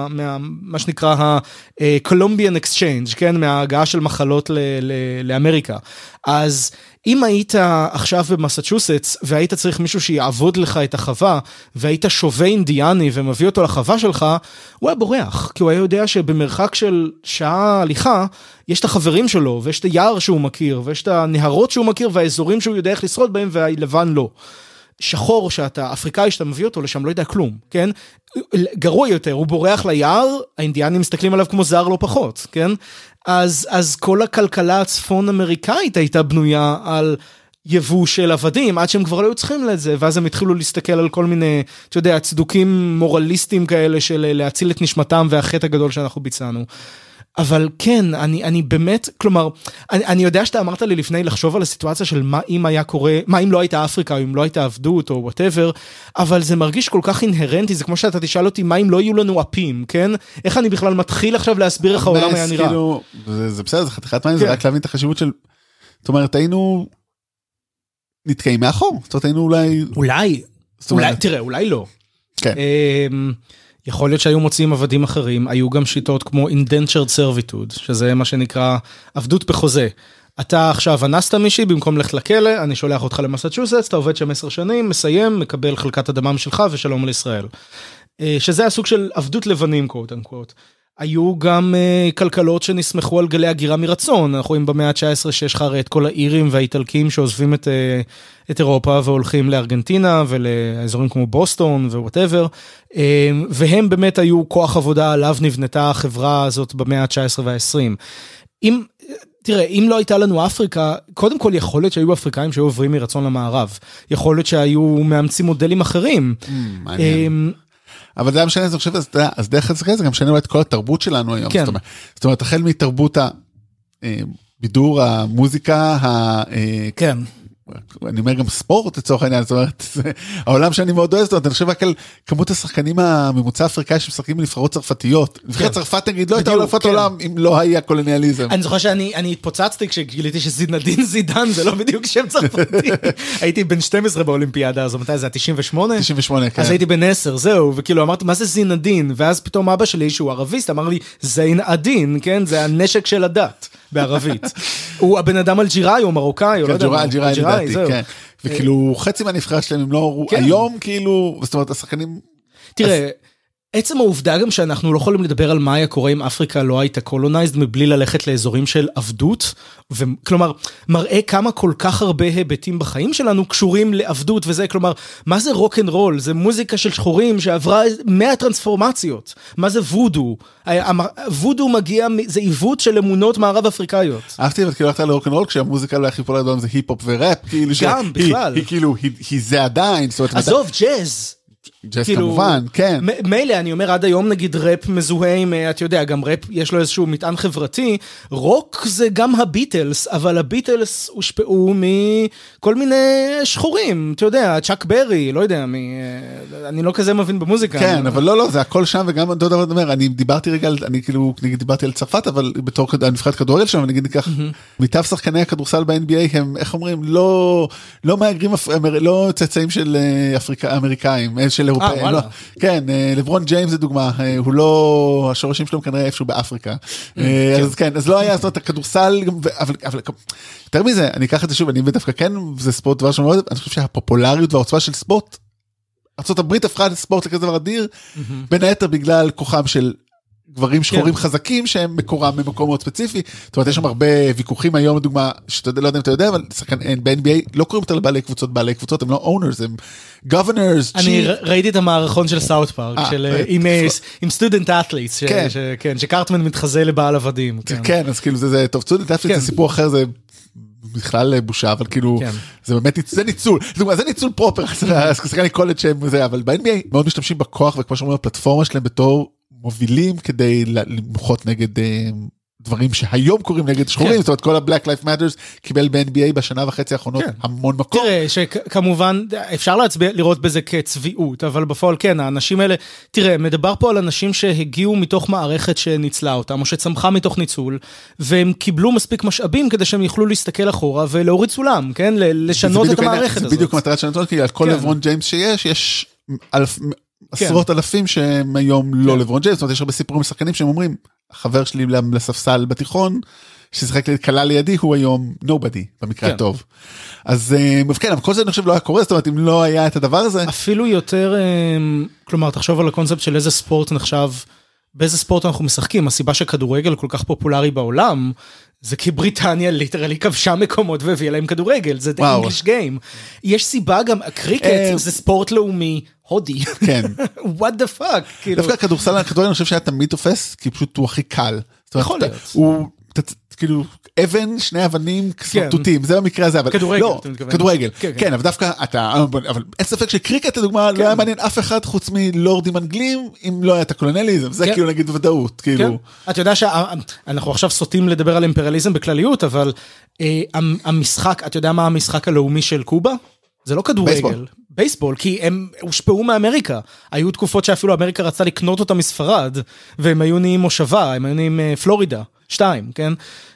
מה שנקרא ה-Columbian Exchange, כן? מההגעה של מחלות לאמריקה. אז אם היית עכשיו במסצ'וסטס, והיית צריך מישהו שיעבוד לך את החווה, והיית שווה אינדיאני ומביא אותו לחווה שלך, הוא היה בורח, כי הוא היה יודע שבמרחק של שעה הליכה, יש את החברים שלו, ויש את היער שהוא מכיר, ויש את הנהרות שהוא מכיר, והאזורים שהוא יודע איך לשרוד בהם, והלבן לא. שחור שאתה, אפריקאי שאתה מביא אותו לשם, לא יודע כלום, כן? גרוע יותר, הוא בורח ליער, האינדיאנים מסתכלים עליו כמו זר לא פחות, כן? אז כל הכלכלה הצפון אמריקאית הייתה בנויה על יבוא של עבדים, עד שהם כבר לא היו צריכים לזה, ואז הם התחילו להסתכל על כל מיני, אתה יודע, צדוקים מורליסטיים כאלה של להציל את נשמתם והחטא הגדול שאנחנו ביצענו. אבל כן, אני באמת, כלומר, אני יודע שאתה אמרת לי לפני לחשוב על הסיטואציה של מה אם היה קורה, מה אם לא הייתה אפריקה, או אם לא הייתה עבדות, או whatever, אבל זה מרגיש כל כך אינהרנטי, זה כמו שאתה תשאל אותי, מה אם לא יהיו לנו אפים, כן? איך אני בכלל מתחיל עכשיו להסביר איך העולם היה נראה? כאילו, זה בסדר, זה חתיכת מים, זה רק להבין את החשיבות של, זאת אומרת, היינו נתקעים מאחור, זאת אומרת, היינו אולי, תראה, אולי לא. כן. יכול להיות שהיו מוצאים עבדים אחרים, היו גם שיטות כמו indentured servitude, שזה מה שנקרא עבדות בחוזה. אתה עכשיו אנסת מישהי, במקום ללכת לכלא, אני שולח אותך למסצ'וסטס, אתה עובד שם 10 שנים, מסיים, מקבל חלקת אדמה משלך ושלום לישראל. שזה הסוג של עבדות לבנים, quote unquote. היו גם כלכלות שנסמכו על גלי הגירה מרצון, אנחנו רואים במאה ה-19 שיש לך את כל האירים והאיטלקים שעוזבים את אירופה והולכים לארגנטינה ולאזורים כמו בוסטון ווואטאבר, והם באמת היו כוח עבודה עליו נבנתה החברה הזאת במאה ה-19 וה-20. תראה, אם לא הייתה לנו אפריקה, קודם כל יכול להיות שהיו אפריקאים שהיו עוברים מרצון למערב, יכול להיות שהיו מאמצים מודלים אחרים. מעניין. אבל זה משנה, אני חושב, אז דרך זה גם משנה את כל התרבות שלנו היום. כן. זאת אומרת, החל מתרבות הבידור, המוזיקה, כן. אני אומר גם ספורט לצורך העניין, זאת אומרת, העולם שאני מאוד אוהב, זאת אומרת, אני חושב רק על כמות השחקנים הממוצע האפריקאי שמשחקים בנבחרות צרפתיות. נבחרת צרפת נגיד לא הייתה אלופת עולם אם לא היה קולוניאליזם. אני זוכר שאני התפוצצתי כשגיליתי שזינדין זידן זה לא בדיוק שם צרפתי. הייתי בן 12 באולימפיאדה הזו, מתי זה? 98? 98, כן. אז הייתי בן 10, זהו, וכאילו אמרתי, מה זה זינדין? ואז פתאום אבא שלי, שהוא ערביסט, אמר לי, זין עדין, כן? זה הנשק של הדת בערבית. הוא הבן אדם אלג'יראי או מרוקאי, או לא יודע. אלג'יראי, כן. וכאילו חצי מהנבחרת שלהם הם לא היום כאילו, זאת אומרת השחקנים. תראה, עצם העובדה גם שאנחנו לא יכולים לדבר על מה היה קורה אם אפריקה לא הייתה קולונייזד מבלי ללכת לאזורים של עבדות, כלומר מראה כמה כל כך הרבה היבטים בחיים שלנו קשורים לעבדות וזה, כלומר מה זה רוק אנד רול? זה מוזיקה של שחורים שעברה 100 טרנספורמציות. מה זה וודו? וודו מגיע, זה עיוות של אמונות מערב אפריקאיות. אהבתי אבל כאילו הלכת לרוק אנד רול כשהמוזיקה לא הכי פולרית זה היפ-הופ וראפ, גם בכלל. היא כאילו, זה עדיין. עזוב, ג'אז. ג'אז כמובן, כן. מילא, אני אומר, עד היום נגיד ראפ מזוהה עם, אתה יודע, גם ראפ יש לו איזשהו מטען חברתי, רוק זה גם הביטלס, אבל הביטלס הושפעו מכל מיני שחורים, אתה יודע, צ'אק ברי, לא יודע, אני לא כזה מבין במוזיקה. כן, אבל לא, זה הכל שם, וגם דוד אומר, אני דיברתי רגע, אני כאילו, נגיד דיברתי על צרפת, אבל בתור הנבחרת כדורגל שם, נגיד ניקח, מיטב שחקני הכדורסל ב-NBA הם, איך אומרים, לא מהגרים, לא צאצאים של אמריקאים, של אירופאים. כן, לברון ג'יימס זה דוגמה, הוא לא, השורשים שלו כנראה איפשהו באפריקה. אז כן, אז לא היה, זאת אומרת, הכדורסל, אבל יותר מזה, אני אקח את זה שוב, אני דווקא כן, זה ספורט דבר שמאוד, אני חושב שהפופולריות והעוצמה של ספורט, ארצות הברית הפכה לספורט לכזה דבר אדיר, בין היתר בגלל כוחם של גברים שחורים חזקים, שהם מקורם במקום מאוד ספציפי, זאת אומרת, יש שם הרבה ויכוחים היום, לדוגמה, שאתה לא יודע אם אתה יודע, אבל ב-NBA לא קוראים אותה לבעלי קבוצות, הם לא owners, הם governors. אני ראיתי את המערכון של סאוט פארק, עם סטודנט את'ליטס, שקרטמן מתחזה לבעל עבדים. כן, אז כאילו זה טוב, סטודנט את'ליטס זה סיפור אחר, זה בכלל בושה, אבל כאילו, זה באמת, זה ניצול, זה ניצול פרופר, שחקני קולג' שהם זה, אבל ב-NBA מאוד משתמשים בכוח, וכמו שאומרים, הפלטפורמה שלהם בתור מובילים כדי למחות נגד דברים שהיום קוראים נגד שחורים, זאת אומרת כל ה-Black Lives Matters קיבל ב-NBA בשנה וחצי האחרונות המון מקום. תראה, שכמובן אפשר לראות בזה כצביעות, אבל בפועל כן, האנשים האלה, תראה, מדבר פה על אנשים שהגיעו מתוך מערכת שניצלה אותם, או שצמחה מתוך ניצול, והם קיבלו מספיק משאבים כדי שהם יוכלו להסתכל אחורה ולהוריד סולם, כן? לשנות את המערכת הזאת. זה בדיוק מטרת שנתון, כי על כל לברון ג'יימס יש עשרות אלפים שהם היום לא לברון ג'יימס, זאת אומרת, יש הרבה סיפורים לשחקנים שהם אומרים, החבר שלי לספסל בתיכון, ששיחק קלה לידי, הוא היום nobody, במקרה הטוב. אז כן, אבל כל זה אני חושב לא היה קורה, זאת אומרת, אם לא היה את הדבר הזה. אפילו יותר, כלומר, תחשוב על הקונספט של איזה ספורט נחשב, באיזה ספורט אנחנו משחקים, הסיבה שכדורגל כל כך פופולרי בעולם, זה כי בריטניה ליטרלי כבשה מקומות והביאה להם כדורגל, זה the English game. יש סיבה גם, הקריקט זה ספורט לאומי הודי. כן. What the fuck? דווקא הכדורסל, הכדורגל אני חושב שהיה תמיד תופס, כי פשוט הוא הכי קל. יכול להיות. הוא, כאילו, אבן, שני אבנים, סמרטוטים, זה במקרה הזה, אבל כדורגל, לא, כדורגל, כן, אבל דווקא אתה, אבל אין ספק שקריקט, לדוגמה, לא היה מעניין אף אחד חוץ מלורדים אנגלים, אם לא היה את הקולוניאליזם, זה כאילו נגיד ודאות, כאילו. אתה יודע שאנחנו עכשיו סוטים לדבר על אימפריאליזם בכלליות, אבל המשחק, אתה יודע מה המשחק הלאומי של קובה? זה לא כדורגל. בייסבול, כי הם הושפעו מאמריקה. היו תקופות שאפילו אמריקה רצה לקנות אותה מספרד, והם היו נהיים מושבה, הם היו נהיים פלורידה, 2, כן?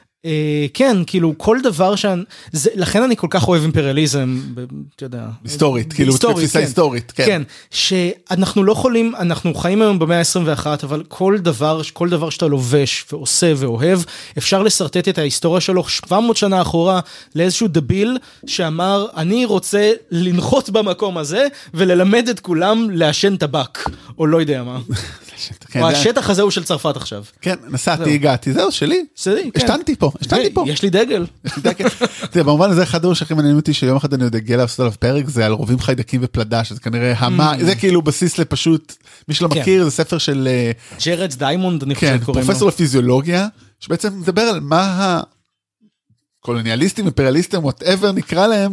כן, כאילו, כל דבר לכן אני כל כך אוהב אימפריאליזם, אתה יודע. היסטורית, כאילו, תפיסה היסטורית, כן. כן, שאנחנו לא יכולים, אנחנו חיים היום במאה ה-21, אבל כל דבר שאתה לובש ועושה ואוהב, אפשר לסרטט את ההיסטוריה שלו 700 שנה אחורה, לאיזשהו דביל שאמר, אני רוצה לנחות במקום הזה, וללמד את כולם לעשן טבק, או לא יודע מה. או השטח הזה הוא של צרפת עכשיו. כן, נסעתי, הגעתי, זהו, שלי. השתנתי פה. יש לי דגל. תראה, במובן הזה, אחד הדברים שהכי מעניינים אותי, שיום אחד אני עוד אגיע לעשות עליו פרק, זה על רובים חיידקים ופלדה, שזה כנראה זה כאילו בסיס לפשוט, מי שלא מכיר, זה ספר של ג'רד דיימונד, אני חושב קוראים לו. פרופסור לפיזיולוגיה, שבעצם מדבר על מה הקולוניאליסטים, אימפריאליסטים, whatever נקרא להם,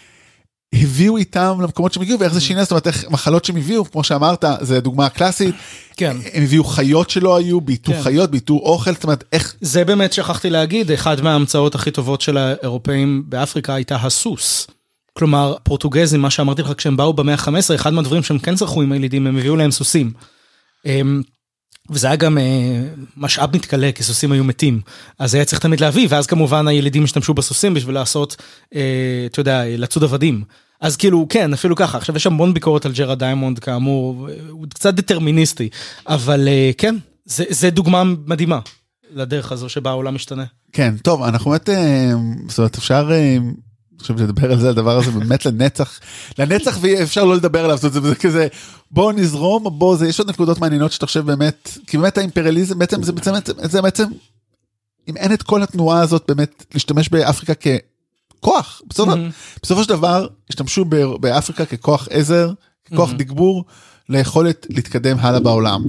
הביאו איתם למקומות שהם הגיעו, ואיך זה שינה, זאת אומרת, איך מחלות שהם הביאו, כמו שאמרת, זה דוגמה קלאסית, כן. הם הביאו חיות שלא היו, ביטור חיות, ביטור אוכל, זאת אומרת, איך... זה באמת שכחתי להגיד, אחד מההמצאות הכי טובות של האירופאים באפריקה הייתה הסוס. כלומר, פורטוגזים, מה שאמרתי לך, כשהם באו במאה ה-15, אחד מהדברים שהם כן צרכו עם הילידים, הם הביאו להם סוסים. וזה היה גם משאב מתקלה, כי סוסים היו מתים. אז היה צריך תמיד להביא, ואז כמובן הילידים השתמשו בסוסים בשביל לעשות, אתה יודע, לצוד עבדים. אז כאילו, כן, אפילו ככה. עכשיו יש המון ביקורת על ג'רד דיימונד, כאמור, הוא קצת דטרמיניסטי, אבל כן, זה דוגמה מדהימה לדרך הזו שבה העולם משתנה. כן, טוב, אנחנו באמת, זאת אומרת, אפשר... עכשיו לדבר על זה, הדבר הזה באמת לנצח ואפשר לא לדבר עליו, זאת אומרת, זה כזה, בואו נזרום, יש עוד נקודות מעניינות שאתה חושב באמת, כי באמת האימפריאליזם, זה בעצם, אם אין את כל התנועה הזאת, באמת להשתמש באפריקה ככוח, בסופו של דבר, השתמשו באפריקה ככוח עזר, ככוח דגבור, ליכולת להתקדם הלאה בעולם,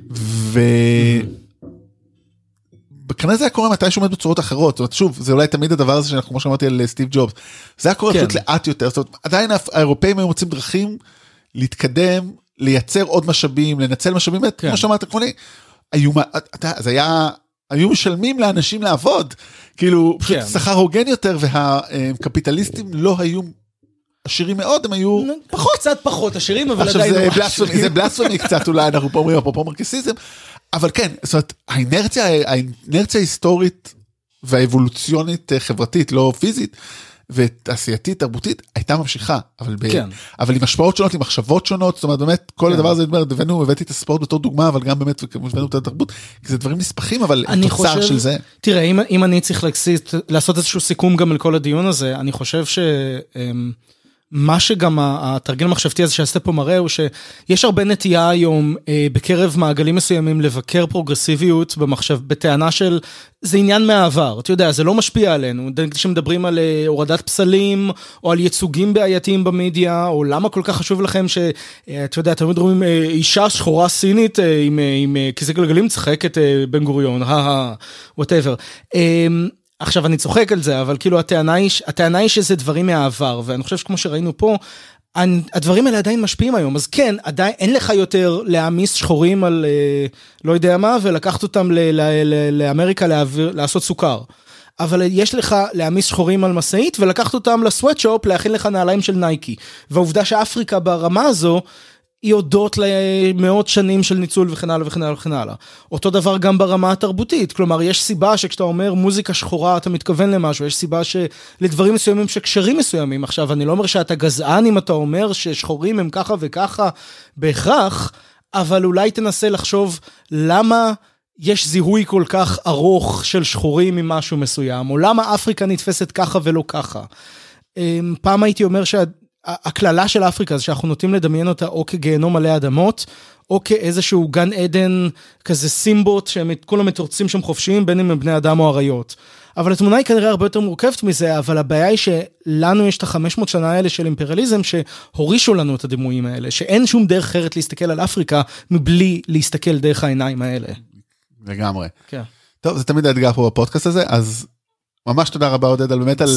כנראה זה היה קורה מתי שעומד בצורות אחרות, זאת אומרת, שוב, זה אולי תמיד הדבר הזה שאנחנו, כמו שאמרתי על סטיב ג'ובס, זה היה קורה פשוט לאט יותר, זאת אומרת, עדיין האירופאים היו מוצאים דרכים להתקדם, לייצר עוד משאבים, לנצל משאבים, כמו שאמרת, כמו לי, אז היו משלמים לאנשים לעבוד, כאילו, פשוט שכר הוגן יותר, והקפיטליסטים לא היו עשירים מאוד, הם היו קצת פחות עשירים, אבל עדיין לא עשירים. זה בלספמי קצת, אולי אנחנו פה אומרים, אפרופו מרקסיזם, אבל כן, זאת אומרת, האינרציה ההיסטורית והאבולוציונית חברתית, לא פיזית, ותעשייתית, תרבותית, הייתה ממשיכה, אבל עם השפעות שונות, עם מחשבות שונות, זאת אומרת, באמת, כל הדבר הזה, הבאתי את הספורט בתור דוגמה, אבל גם באמת, הבאנו את התרבות, כי זה דברים נספחים, אבל תוצר של זה. תראה, אם אני צריך לעשות איזשהו סיכום גם על כל הדיון הזה, אני חושב מה שגם התרגיל המחשבתי הזה שעשתה פה מראה הוא שיש הרבה נטייה היום בקרב מעגלים מסוימים לבקר פרוגרסיביות בטענה של זה עניין מהעבר, אתה יודע, זה לא משפיע עלינו, כשמדברים על הורדת פסלים או על ייצוגים בעייתיים במדיה, או למה כל כך חשוב לכם שאתה יודע, אתם מדברים אישה שחורה סינית עם כיסא גלגלים צחקת בן גוריון, whatever. עכשיו אני צוחק על זה, אבל כאילו הטענה היא שזה דברים מהעבר, ואני חושב שכמו שראינו פה, הדברים האלה עדיין משפיעים היום, אז כן, עדיין אין לך יותר להעמיס שחורים על לא יודע מה, ולקחת אותם לאמריקה לעשות סוכר. אבל יש לך להעמיס שחורים על מסעית, ולקחת אותם לסוואטשופ, להכין לך נעליים של נייקי. והעובדה שאפריקה ברמה הזו, היא הודות למאות שנים של ניצול וכן הלאה וכן הלאה וכן הלאה. אותו דבר גם ברמה התרבותית, כלומר יש סיבה שכשאתה אומר מוזיקה שחורה אתה מתכוון למשהו, יש סיבה שלדברים מסוימים שקשרים מסוימים. עכשיו אני לא אומר שאתה גזען אם אתה אומר ששחורים הם ככה וככה בהכרח, אבל אולי תנסה לחשוב למה יש זיהוי כל כך ארוך של שחורים ממשהו מסוים, או למה אפריקה נתפסת ככה ולא ככה. פעם הייתי אומר הכללה של אפריקה זה שאנחנו נוטים לדמיין אותה או כגיהנום מלא אדמות, או כאיזשהו גן עדן, כזה סימבוט, שהם כולם מתרוצים שם חופשיים, בין אם הם בני אדם או עריות. אבל התמונה היא כנראה הרבה יותר מורכבת מזה, אבל הבעיה היא שלנו יש את 500 שנה האלה של אימפריאליזם, שהורישו לנו את הדימויים האלה, שאין שום דרך אחרת להסתכל על אפריקה, מבלי להסתכל דרך העיניים האלה. לגמרי. כן. טוב, זה תמיד האתגר פה בפודקאסט הזה, אז ממש תודה רבה עודד על באמת על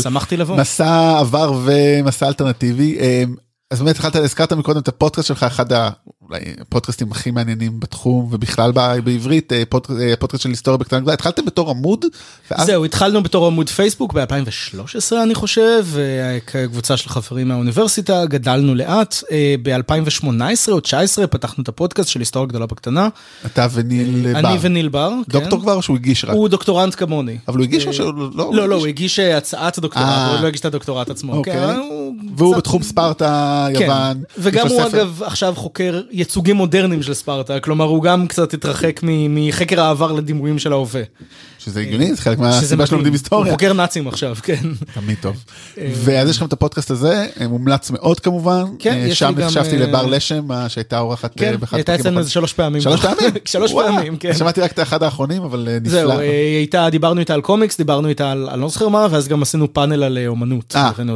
מסע עבר ומסע אלטרנטיבי. אז באמת הזכרת מקודם את הפודקאסט שלך, אחד הפודקאסטים הכי מעניינים בתחום ובכלל בעברית, פודקאסט של היסטוריה בקטנה גדולה. התחלתם בתור עמוד? זהו, התחלנו בתור עמוד פייסבוק ב-2013 אני חושב, כקבוצה של חברים מהאוניברסיטה, גדלנו לאט, ב-2018 או 2019 פתחנו את הפודקאסט של היסטוריה גדולה בקטנה. אתה וניל בר. אני וניל בר, כן. דוקטור כבר או שהוא הגיש רק? הוא דוקטורנט כמוני. אבל הוא הגיש או שהוא לא? לא, הוא הגיש הצעת הדוקטורט, הוא לא הגיש את הדוקטורט עצמו. והוא בתחום ספרטה, יוון. וגם הוא אגב עכשיו חוקר ייצוגים מודרניים של ספרטה, כלומר הוא גם קצת התרחק מחקר העבר לדימויים של ההווה. שזה הגיוני, זה חלק מהסיבה שלומדים היסטוריה. הוא חוקר נאצים עכשיו, כן. תמיד טוב. ואז יש לכם את הפודקאסט הזה, מומלץ מאוד כמובן. שם נחשבתי לבר לשם, שהייתה אורחת כן, הייתה אצלנו איזה 3 פעמים. 3 פעמים? 3 פעמים, כן. שמעתי רק את אחד האחרונים, אבל נפלא. זהו, דיברנו איתה על קומיקס, דיברנו איתה על לא זוכר מה, ואז גם עשינו פאנל על אומנות.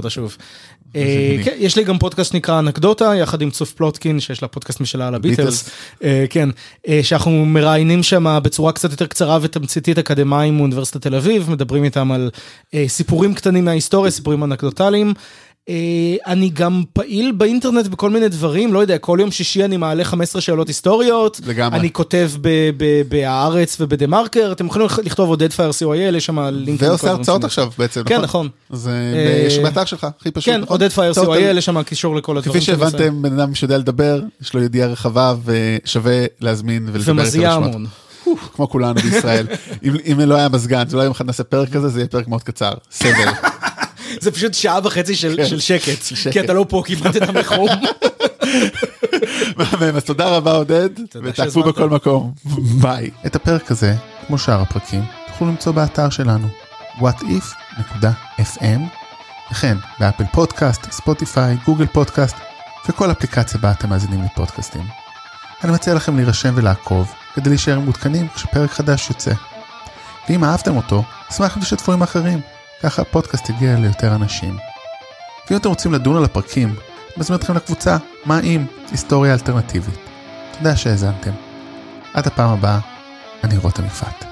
יש לי גם פודקאסט שנקרא אנקדוטה, יחד עם צוף פלוטקין, שיש לה פודקאסט משלה על הביטלס, כן, שאנחנו מראיינים שם בצורה קצת יותר קצרה ותמציתית אקדמיים מאוניברסיטת תל אביב, מדברים איתם על סיפורים קטנים מההיסטוריה, סיפורים אנקדוטליים, אני גם פעיל באינטרנט בכל מיני דברים, לא יודע, כל יום שישי אני מעלה 15 שאלות היסטוריות, אני כותב בהארץ ובדמרקר, אתם יכולים לכתוב עודד פייר co.il, יש שם לינקים. ועושה הרצאות עכשיו בעצם, כן, נכון. זה יש באתר שלך, הכי פשוט. כן, עודד פייר co.il, יש שם קישור לכל הדברים. כפי שהבנתם, בן אדם שיודע לדבר, יש לו ידיעה רחבה ושווה להזמין ולדבר. ומזיע המון. כמו כולנו בישראל. אם לא היה מזגן, זה לא יום אחד נעשה פרק כזה, זה יהיה פרק מאוד קצר. סבל. זה פשוט 1.5 שעה של שקט, כי אתה לא פה כמעט את המחום. אז תודה רבה עודד, ותעקבו בכל מקום. ביי. את הפרק הזה, כמו שאר הפרקים, תוכלו למצוא באתר שלנו, whatif.fm, וכן באפל פודקאסט, ספוטיפיי, גוגל פודקאסט, וכל אפליקציה בה אתם מאזינים לפודקאסטים. אני מציע לכם להירשם ולעקוב, כדי להישאר מותקנים כשפרק חדש יוצא. ואם אהבתם אותו, אשמח לשתפו עם אחרים. ככה הפודקאסט יגיע ליותר אנשים. ואם אתם רוצים לדון על הפרקים, אני מזמין אתכם לקבוצה מה אם היסטוריה אלטרנטיבית. תודה שהאזנתם. עד הפעם הבאה, אני רותם יפעת.